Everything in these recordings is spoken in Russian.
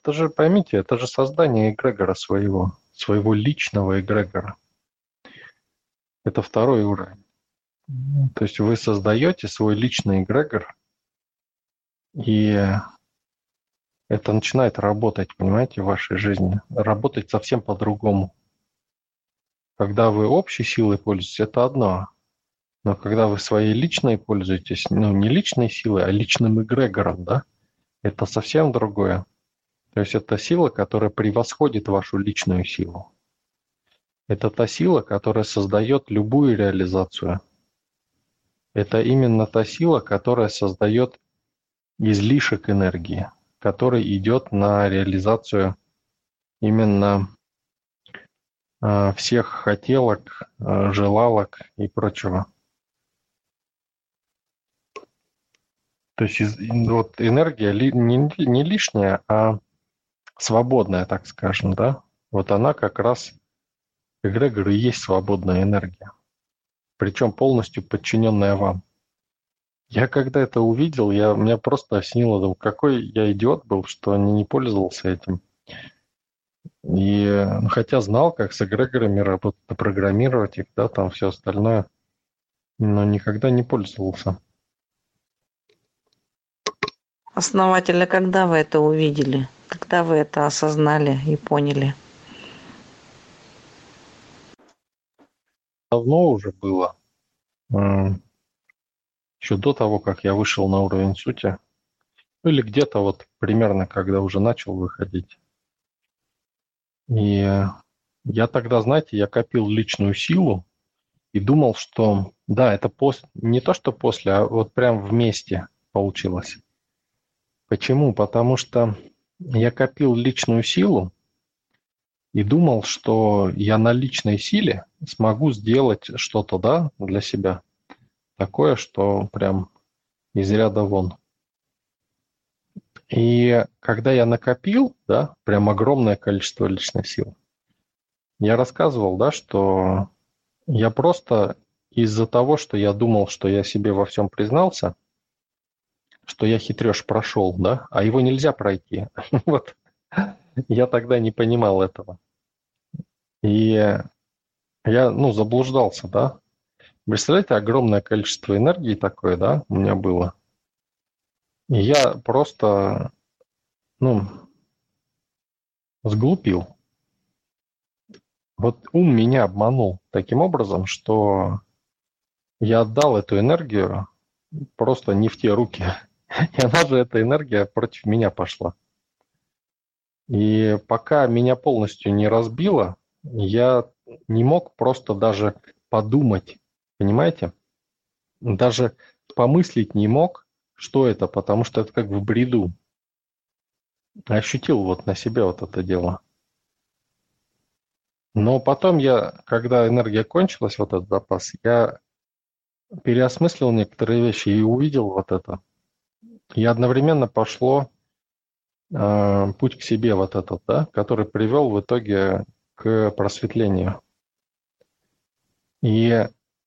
это же, поймите, это же создание эгрегора своего личного эгрегора. Это второй уровень. То есть вы создаете свой личный эгрегор, и это начинает работать, понимаете, в вашей жизни. Работать совсем по-другому. Когда вы общей силой пользуетесь, это одно. Но когда вы своей личной пользуетесь, не личной силой, а личным эгрегором, да, это совсем другое. То есть это сила, которая превосходит вашу личную силу. Это та сила, которая создает любую реализацию. Это именно та сила, которая создает излишек энергии, который идет на реализацию именно всех хотелок, желалок и прочего. То есть вот энергия не лишняя, а свободная, так скажем, да? Вот она как раз, эгрегор и есть свободная энергия, причем полностью подчиненная вам. Я когда это увидел, меня просто осенило, думаю, какой я идиот был, что не пользовался этим. И хотя знал, как с эгрегорами работать, программировать их, да, там все остальное, но никогда не пользовался. Основательно, когда вы это увидели? Когда вы это осознали и поняли? Давно уже было, еще до того, как я вышел на уровень сути, или где-то вот примерно, когда уже начал выходить. И я тогда, знаете, я копил личную силу и думал, что да, это не то, что после, а вот прям вместе получилось. Почему? Потому что я копил личную силу и думал, что я на личной силе смогу сделать что-то, да, для себя. Такое, что прям из ряда вон. И когда я накопил, да, прям огромное количество личной силы, я рассказывал, да, что я просто из-за того, что я думал, что я себе во всем признался, что я хитрёж прошел, да, а его нельзя пройти. Вот. Я тогда не понимал этого. И я, заблуждался, да. Представляете, огромное количество энергии такое, да, у меня было. И я просто, сглупил. Вот ум меня обманул таким образом, что я отдал эту энергию просто не в те руки. И она же, эта энергия, против меня пошла. И пока меня полностью не разбило, я не мог просто даже подумать, понимаете? Даже помыслить не мог, что это, потому что это как в бреду. Ощутил вот на себе вот это дело. Но потом когда энергия кончилась, вот этот запас, я переосмыслил некоторые вещи и увидел вот это. И одновременно пошло путь к себе вот этот, да, который привел в итоге к просветлению. И,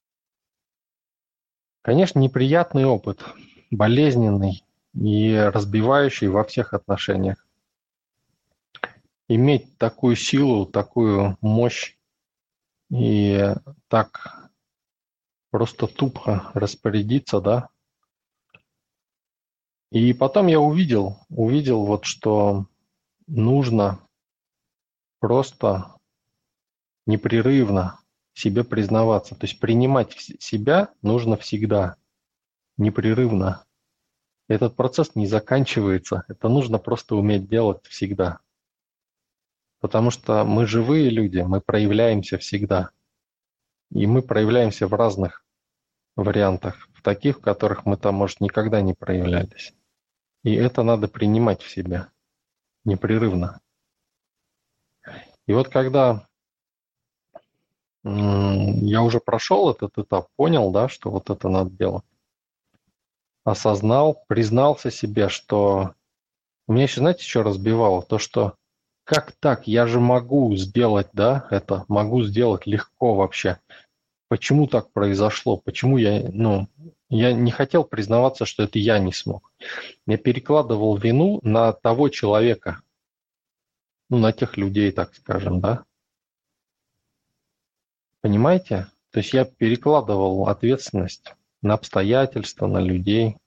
конечно, неприятный опыт, болезненный и разбивающий во всех отношениях. Иметь такую силу, такую мощь и так просто тупо распорядиться, да. И потом я увидел вот, что нужно просто непрерывно себе признаваться. То есть принимать себя нужно всегда, непрерывно. Этот процесс не заканчивается. Это нужно просто уметь делать всегда. Потому что мы живые люди, мы проявляемся всегда. И мы проявляемся в разных вариантах, в таких, в которых мы там, может, никогда не проявлялись. И это надо принимать в себе непрерывно. И вот когда я уже прошел этот этап, понял, да, что вот это надо делать, осознал, признался себе, что меня еще, знаете, что разбивало? То, что как так, я же могу сделать, да, это могу сделать легко вообще. Почему так произошло? Почему я не хотел признаваться, что это я не смог. Я перекладывал вину на того человека, Ну, на тех людей, так скажем, да? Понимаете? То есть я перекладывал ответственность на обстоятельства, на людей.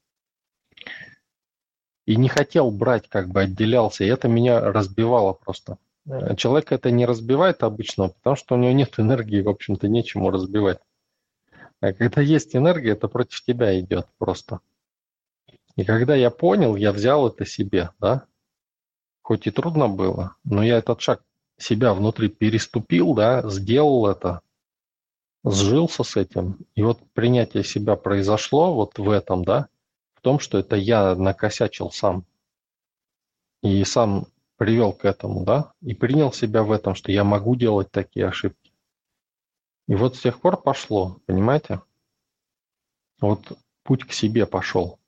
И не хотел брать, как бы отделялся. И это меня разбивало просто. Человек это не разбивает обычно, потому что у него нет энергии, в общем-то, нечему разбивать. А когда есть энергия, это против тебя идет просто. И когда я понял, я взял это себе, да, хоть и трудно было, но я этот шаг себя внутри переступил, да, сделал это, сжился с этим. И вот принятие себя произошло вот в этом, да, в том, что это я накосячил сам. И сам привел к этому, да, и принял себя в этом, что я могу делать такие ошибки. И вот с тех пор пошло, понимаете? Вот путь к себе пошел.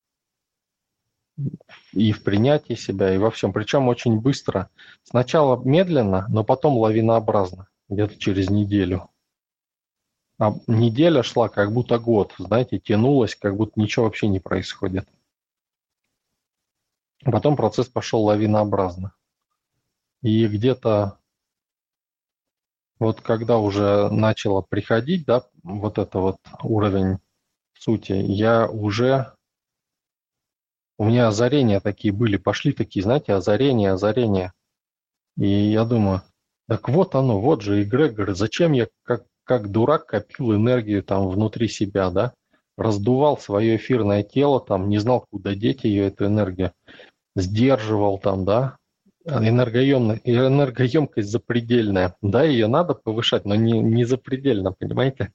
И в принятии себя, и во всем. Причем очень быстро. Сначала медленно, но потом лавинообразно. Где-то через неделю. А неделя шла как будто год, знаете, тянулась, как будто ничего вообще не происходит. Потом процесс пошел лавинообразно. И где-то вот когда уже начало приходить, да, вот это вот уровень сути, у меня озарения такие были, пошли такие, знаете, озарения. И я думаю, так вот оно, вот же эгрегор, зачем я как дурак копил энергию там внутри себя, да, раздувал свое эфирное тело, там, не знал, куда деть ее, эту энергию, сдерживал там, да, энергоемкость запредельная, да, ее надо повышать, но не запредельно, понимаете?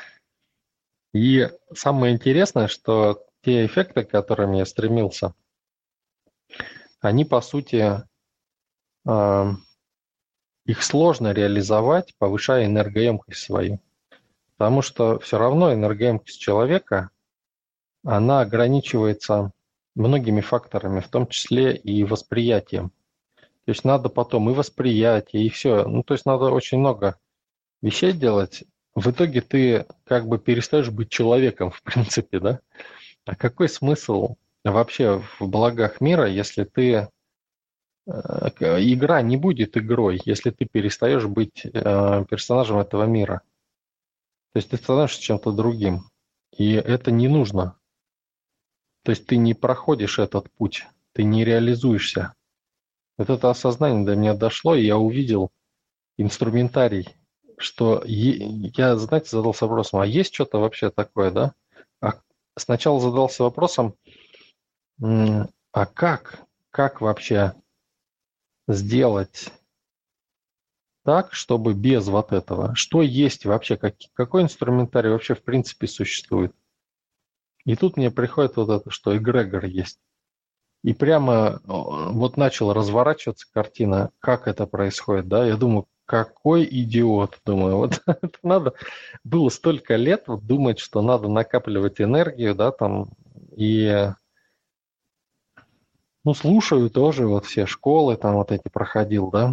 И самое интересное, что те эффекты, к которым я стремился, они, по сути, э, их сложно реализовать, повышая энергоемкость свою. Потому что все равно энергоемкость человека, она ограничивается многими факторами, в том числе и восприятием. То есть надо потом и восприятие, и все. Ну, то есть надо очень много вещей делать. В итоге ты как бы перестаешь быть человеком, в принципе, да? А какой смысл вообще в благах мира, если игра не будет игрой, если ты перестаешь быть персонажем этого мира? То есть ты становишься чем-то другим. И это не нужно. То есть ты не проходишь этот путь, ты не реализуешься. Вот это осознание до меня дошло, и я увидел инструментарий, что я, знаете, задался вопросом, а есть что-то вообще такое, да? А сначала задался вопросом, а как вообще сделать так, чтобы без вот этого? Что есть вообще, какой инструментарий вообще в принципе существует? И тут мне приходит вот это, что эгрегор есть. И прямо вот начала разворачиваться картина, как это происходит, да, я думаю, какой идиот, думаю, вот это надо, было столько лет вот думать, что надо накапливать энергию, да, там, и, ну, слушаю тоже, вот все школы там вот эти проходил, да,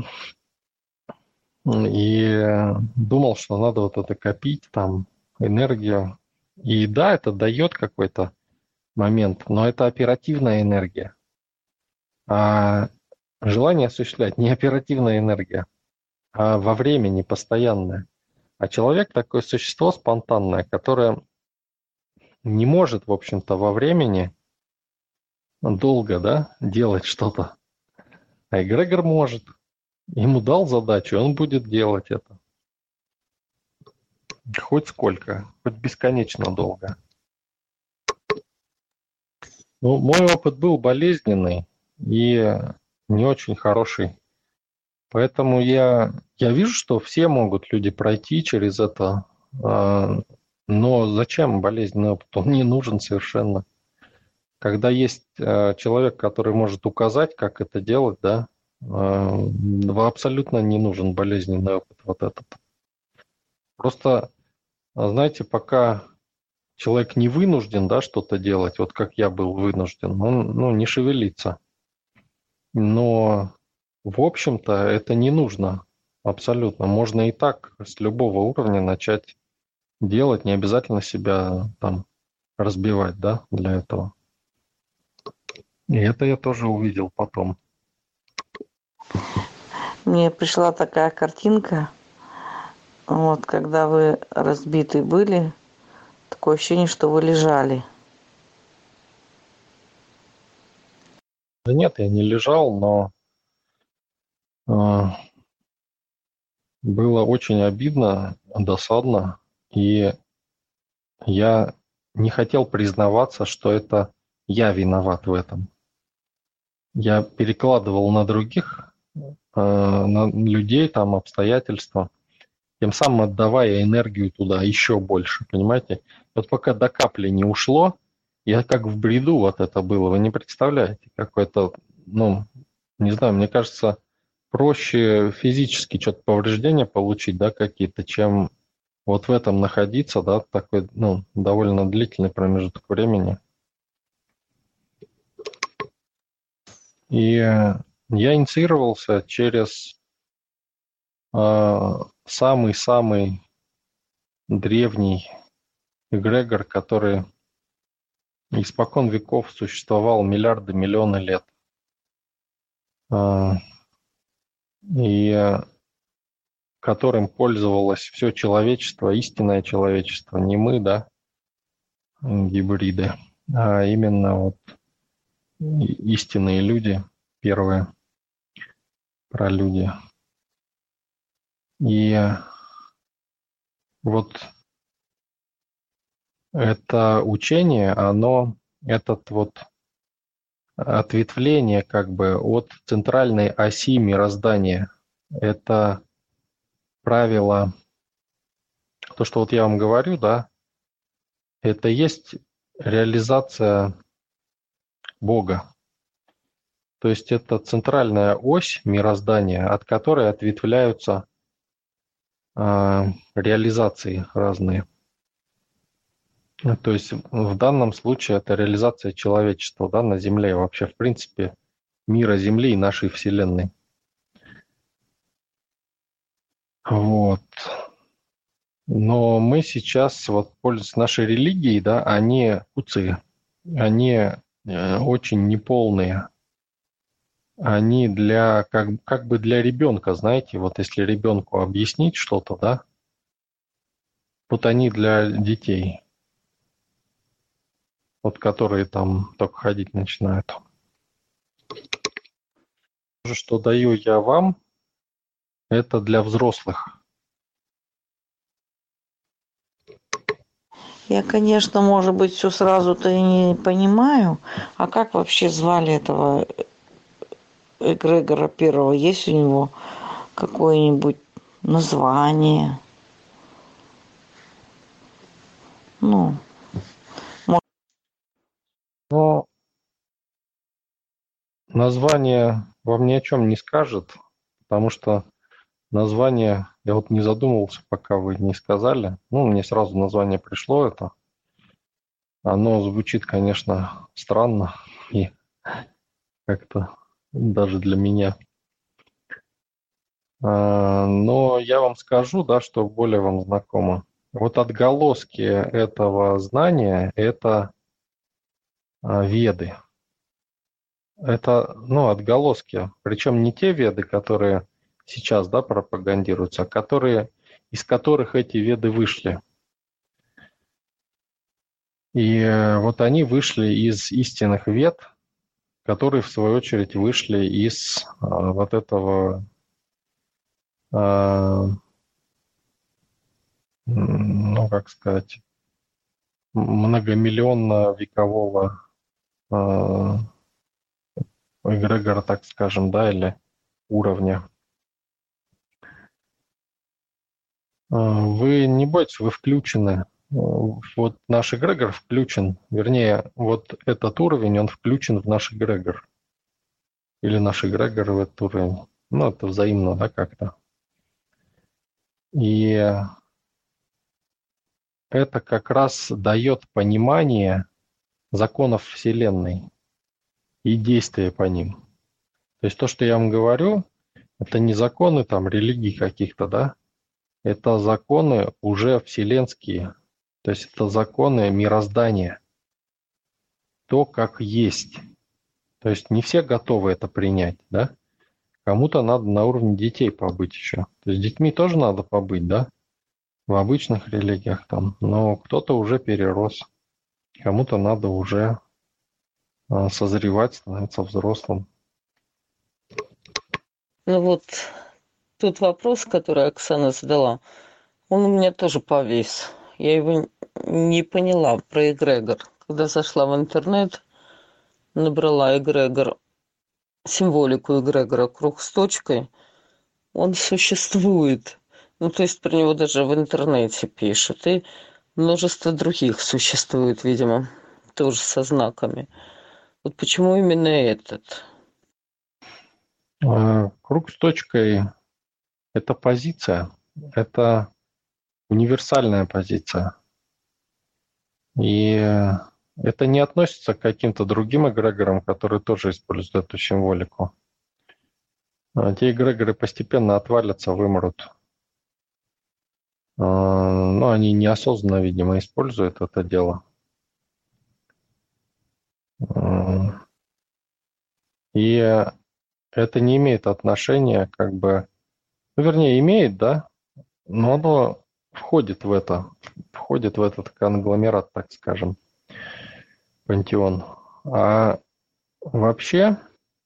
и думал, что надо вот это копить, там, энергию, и да, это дает какой-то момент, но это оперативная энергия, а желание осуществлять не оперативная энергия, а во времени постоянное. А человек такое существо спонтанное, которое не может, в общем-то, во времени долго, да, делать что-то. А эгрегор может. Ему дал задачу, он будет делать это. Хоть сколько, хоть бесконечно долго. Ну, мой опыт был болезненный и не очень хороший. Поэтому я вижу, что все могут люди пройти через это. Но зачем болезненный опыт? Он не нужен совершенно. Когда есть человек, который может указать, как это делать, да, абсолютно не нужен болезненный опыт вот этот. Просто, знаете, пока человек не вынужден, да, что-то делать, вот как я был вынужден, он, ну, не шевелится. Но, в общем-то, это не нужно абсолютно. Можно и так с любого уровня начать делать, не обязательно себя там разбивать, да, для этого. И это я тоже увидел потом. Мне пришла такая картинка, вот, когда вы разбиты были, такое ощущение, что вы лежали. Да нет, я не лежал, но э, было очень обидно, досадно, и я не хотел признаваться, что это я виноват в этом. Я перекладывал на других, на людей, там, обстоятельства, тем самым отдавая энергию туда еще больше, понимаете? Вот пока до капли не ушло, я как в бреду вот это было, вы не представляете, какое-то, ну, не знаю, мне кажется, проще физически что-то повреждения получить, да, какие-то, чем вот в этом находиться, да, такой, ну, довольно длительный промежуток времени. И я инициировался через самый-самый древний эгрегор, который испокон веков существовал миллиарды, миллионы лет. А, и которым пользовалось все человечество, истинное человечество, не мы, да, гибриды, а именно вот истинные люди, первые пролюди. И вот это учение, оно, этот вот ответвление как бы от центральной оси мироздания. Это правило, то, что вот я вам говорю, да, это есть реализация Бога. То есть это центральная ось мироздания, от которой ответвляются реализации разные. То есть в данном случае это реализация человечества, да, на Земле и вообще, в принципе, мира Земли и нашей Вселенной. Вот. Но мы сейчас, вот пользуясь нашей религией, да, они куцы, они очень неполные. Они для, как бы для ребенка, знаете, вот если ребенку объяснить что-то, да, вот они для детей, вот которые там только ходить начинают. То, что даю я вам, это для взрослых. Я, конечно, может быть, все сразу-то и не понимаю. А как вообще звали этого эгрегора первого? Есть у него какое-нибудь название? Ну, Но название вам ни о чем не скажет, потому что название, я вот не задумывался, пока вы не сказали. Ну, мне сразу название пришло это. Оно звучит, конечно, странно и как-то даже для меня. Но я вам скажу, да, что более вам знакомо. Вот отголоски этого знания – это веды. Это, ну, отголоски. Причем не те веды, которые сейчас, да, пропагандируются, а которые, из которых эти веды вышли. И вот они вышли из истинных вед, которые, в свою очередь, вышли из вот этого, ну, как сказать, многомиллионно-векового эгрегора, так скажем, да, или уровня. Вы не бойтесь, вы включены. Вот наш эгрегор включен, вернее, вот этот уровень, он включен в наш эгрегор. Или наш эгрегор в этот уровень. Ну, это взаимно, да, как-то. И это как раз дает понимание законов Вселенной и действия по ним. То есть то, что я вам говорю, это не законы там религий каких-то, да, это законы уже вселенские, то есть это законы мироздания, то, как есть. То есть не все готовы это принять, да? Кому-то надо на уровне детей побыть еще. То есть с детьми тоже надо побыть, да? В обычных религиях там. Но кто-то уже перерос. Кому-то надо уже созревать, становиться взрослым. Ну вот тот вопрос, который Оксана задала, он у меня тоже повис. Я его не поняла про эгрегор. Когда зашла в интернет, набрала эгрегор, символику эгрегора, круг с точкой, он существует. Ну, то есть про него даже в интернете пишут. И множество других существует, видимо, тоже со знаками. Вот почему именно этот? Круг с точкой – это позиция, это универсальная позиция. И это не относится к каким-то другим эгрегорам, которые тоже используют эту символику. Те эгрегоры постепенно отвалятся, вымрут. Но они неосознанно, видимо, используют это дело. И это не имеет отношения, как бы, ну, вернее, имеет, да, но оно входит в этот конгломерат, так скажем, пантеон. А вообще,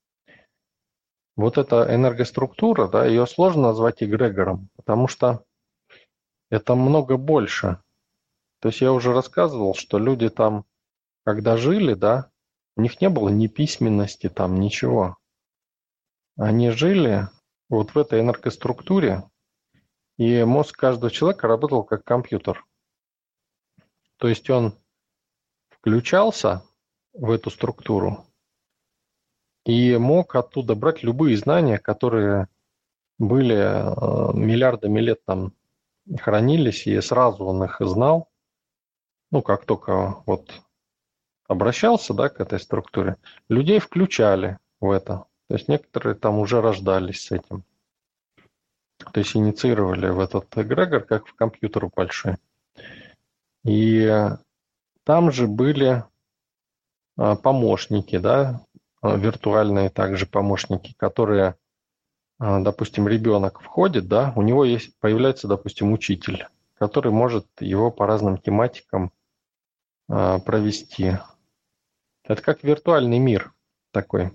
вот эта энергоструктура, да, ее сложно назвать эгрегором, потому что это много больше. То есть я уже рассказывал, что люди там, когда жили, да, у них не было ни письменности там, ничего. Они жили вот в этой энергоструктуре, и мозг каждого человека работал как компьютер. То есть он включался в эту структуру и мог оттуда брать любые знания, которые были миллиардами лет там хранились, и сразу он их знал. Ну, как только вот обращался, да, к этой структуре, людей включали в это. То есть некоторые там уже рождались с этим. То есть инициировали в этот эгрегор, как в компьютер большой. И там же были помощники, да, виртуальные также помощники, которые, допустим, ребенок входит, да, у него есть, появляется, допустим, учитель, который может его по разным тематикам провести. Это как виртуальный мир такой.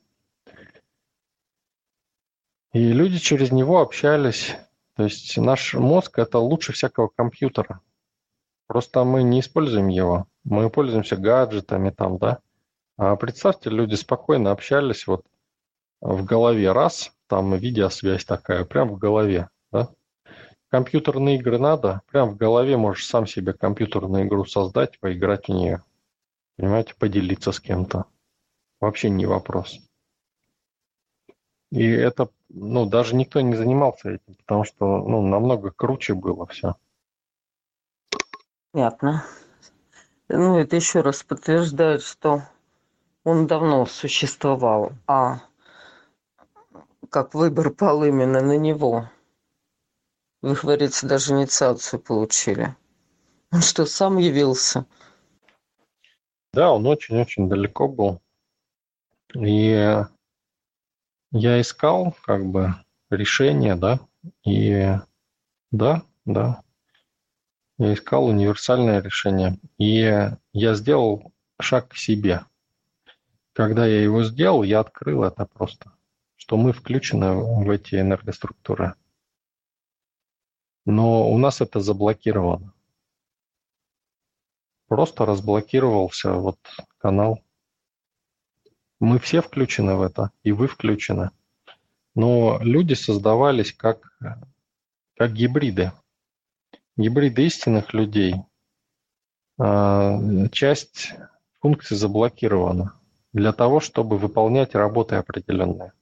И люди через него общались. То есть наш мозг – это лучше всякого компьютера. Просто мы не используем его. Мы пользуемся гаджетами там, да. А представьте, люди спокойно общались вот в голове. Раз, там видеосвязь такая, прям в голове, да. Компьютерные игры надо, прям в голове можешь сам себе компьютерную игру создать, поиграть в нее. Понимаете, поделиться с кем-то. Вообще не вопрос. И это, ну, даже никто не занимался этим, потому что, ну, намного круче было все. Понятно. Ну, это еще раз подтверждает, что он давно существовал, а как выбор пал именно на него. Вы, говорится, даже инициацию получили. Он что, сам явился? Да, он очень-очень далеко был. И я искал, как бы, решение, да, и да, я искал универсальное решение. И я сделал шаг к себе. Когда я его сделал, я открыл это просто, что мы включены в эти энергоструктуры. Но у нас это заблокировано. Просто разблокировался вот канал. Мы все включены в это, и вы включены. Но люди создавались как гибриды. Гибриды истинных людей. Часть функций заблокирована для того, чтобы выполнять работы определенные.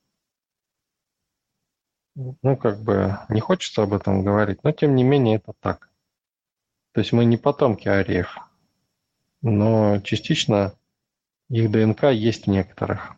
Ну, как бы не хочется об этом говорить, но тем не менее это так. То есть мы не потомки ариев, но частично их ДНК есть в некоторых.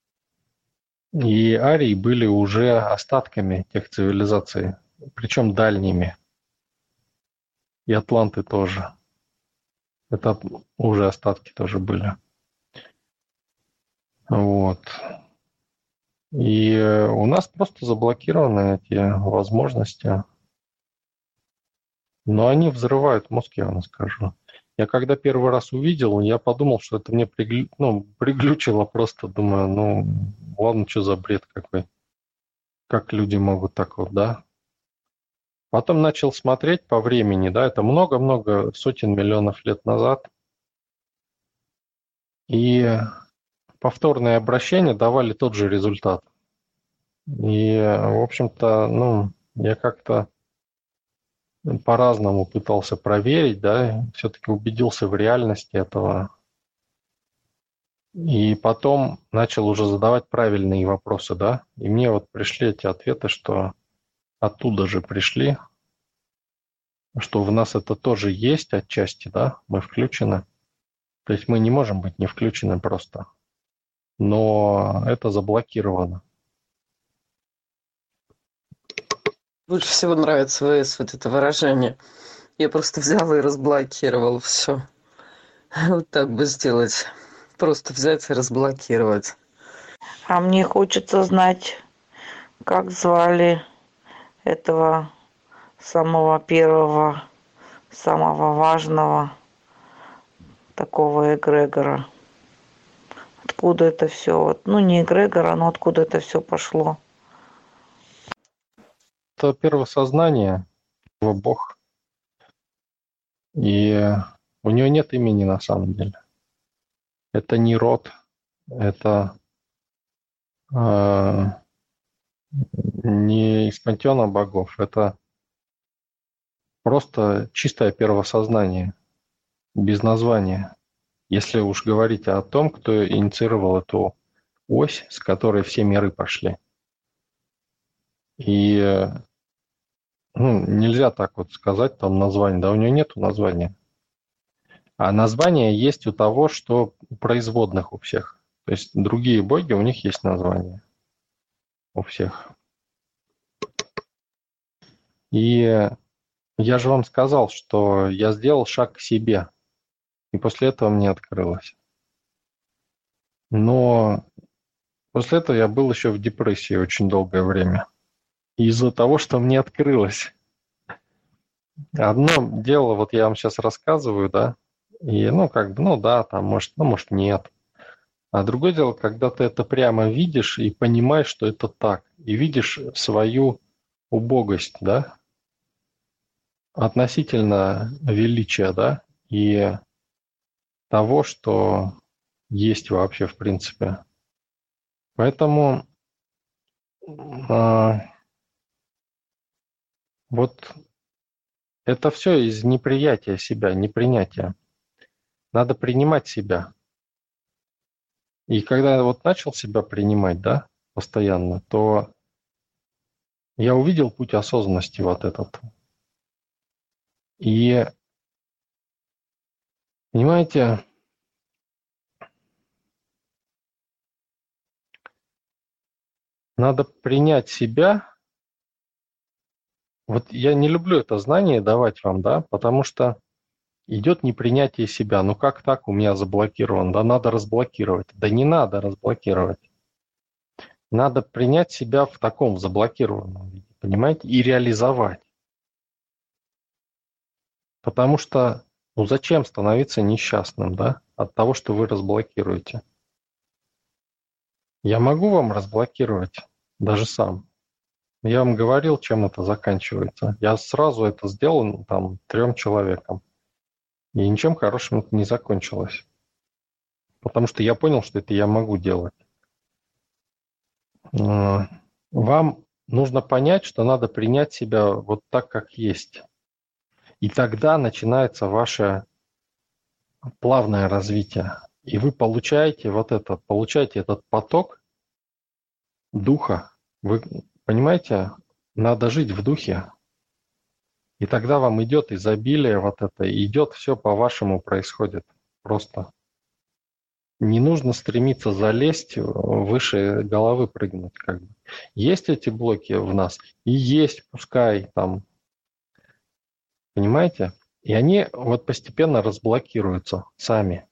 И арии были уже остатками тех цивилизаций, причем дальними. И атланты тоже. Это уже остатки тоже были. Вот. И у нас просто заблокированы эти возможности. Но они взрывают мозг, я вам скажу. Я когда первый раз увидел, я подумал, что это мне приглючило просто. Думаю, ну, ладно, что за бред какой. Как люди могут так вот, да? Потом начал смотреть по времени, да, это много-много сотен миллионов лет назад. И повторные обращения давали тот же результат. И, в общем-то, ну, я как-то по-разному пытался проверить, да, все-таки убедился в реальности этого. И потом начал уже задавать правильные вопросы, да. И мне вот пришли эти ответы, что оттуда же пришли, что в нас это тоже есть отчасти, да, мы включены. То есть мы не можем быть не включены просто. Но это заблокировано. Больше всего нравится ВС вот это выражение. Я просто взял и разблокировал все. Вот так бы сделать. Просто взять и разблокировать. А мне хочется знать, как звали этого самого первого, самого важного такого эгрегора. Откуда это все? Вот, ну, не эгрегора, но откуда это все пошло. Это первосознание, его Бог. И у него нет имени на самом деле. Это не род, это не из пантеона богов, это просто чистое первосознание, без названия. Если уж говорить о том, кто инициировал эту ось, с которой все миры пошли. И ну, нельзя так вот сказать там название, да, у него нету названия. А название есть у того, что у производных у всех. То есть другие боги, у них есть название. У всех. И я же вам сказал, что я сделал шаг к себе. И после этого мне открылось. Но после этого я был еще в депрессии очень долгое время. Из-за того, что мне открылось. Одно дело, вот я вам сейчас рассказываю, да, и ну как бы, ну да, там может нет. А другое дело, когда ты это прямо видишь и понимаешь, что это так, и видишь свою убогость, да, относительно величия, да, и того, что есть вообще в принципе. Поэтому вот это все из неприятия себя, непринятия. Надо принимать себя. И когда я вот начал себя принимать, да, постоянно, то я увидел путь осознанности вот этот. И, понимаете, надо принять себя. Вот я не люблю это знание давать вам, да, потому что идет непринятие себя. Ну как так у меня заблокирован? Да надо разблокировать. Да не надо разблокировать. Надо принять себя в таком заблокированном виде, понимаете, и реализовать. Потому что, ну зачем становиться несчастным, да, от того, что вы разблокируете? Я могу вам разблокировать даже сам. Я вам говорил, чем это заканчивается. Я сразу это сделал там 3 человекам. И ничем хорошим это не закончилось. Потому что я понял, что это я могу делать. Вам нужно понять, что надо принять себя вот так, как есть. И тогда начинается ваше плавное развитие. И вы получаете этот поток духа. Вы понимаете, надо жить в духе. И тогда вам идет изобилие вот это, и идет все по-вашему происходит. Просто не нужно стремиться залезть выше головы, прыгнуть. Как бы. Есть эти блоки в нас, и есть, пускай там, понимаете? И они вот постепенно разблокируются сами.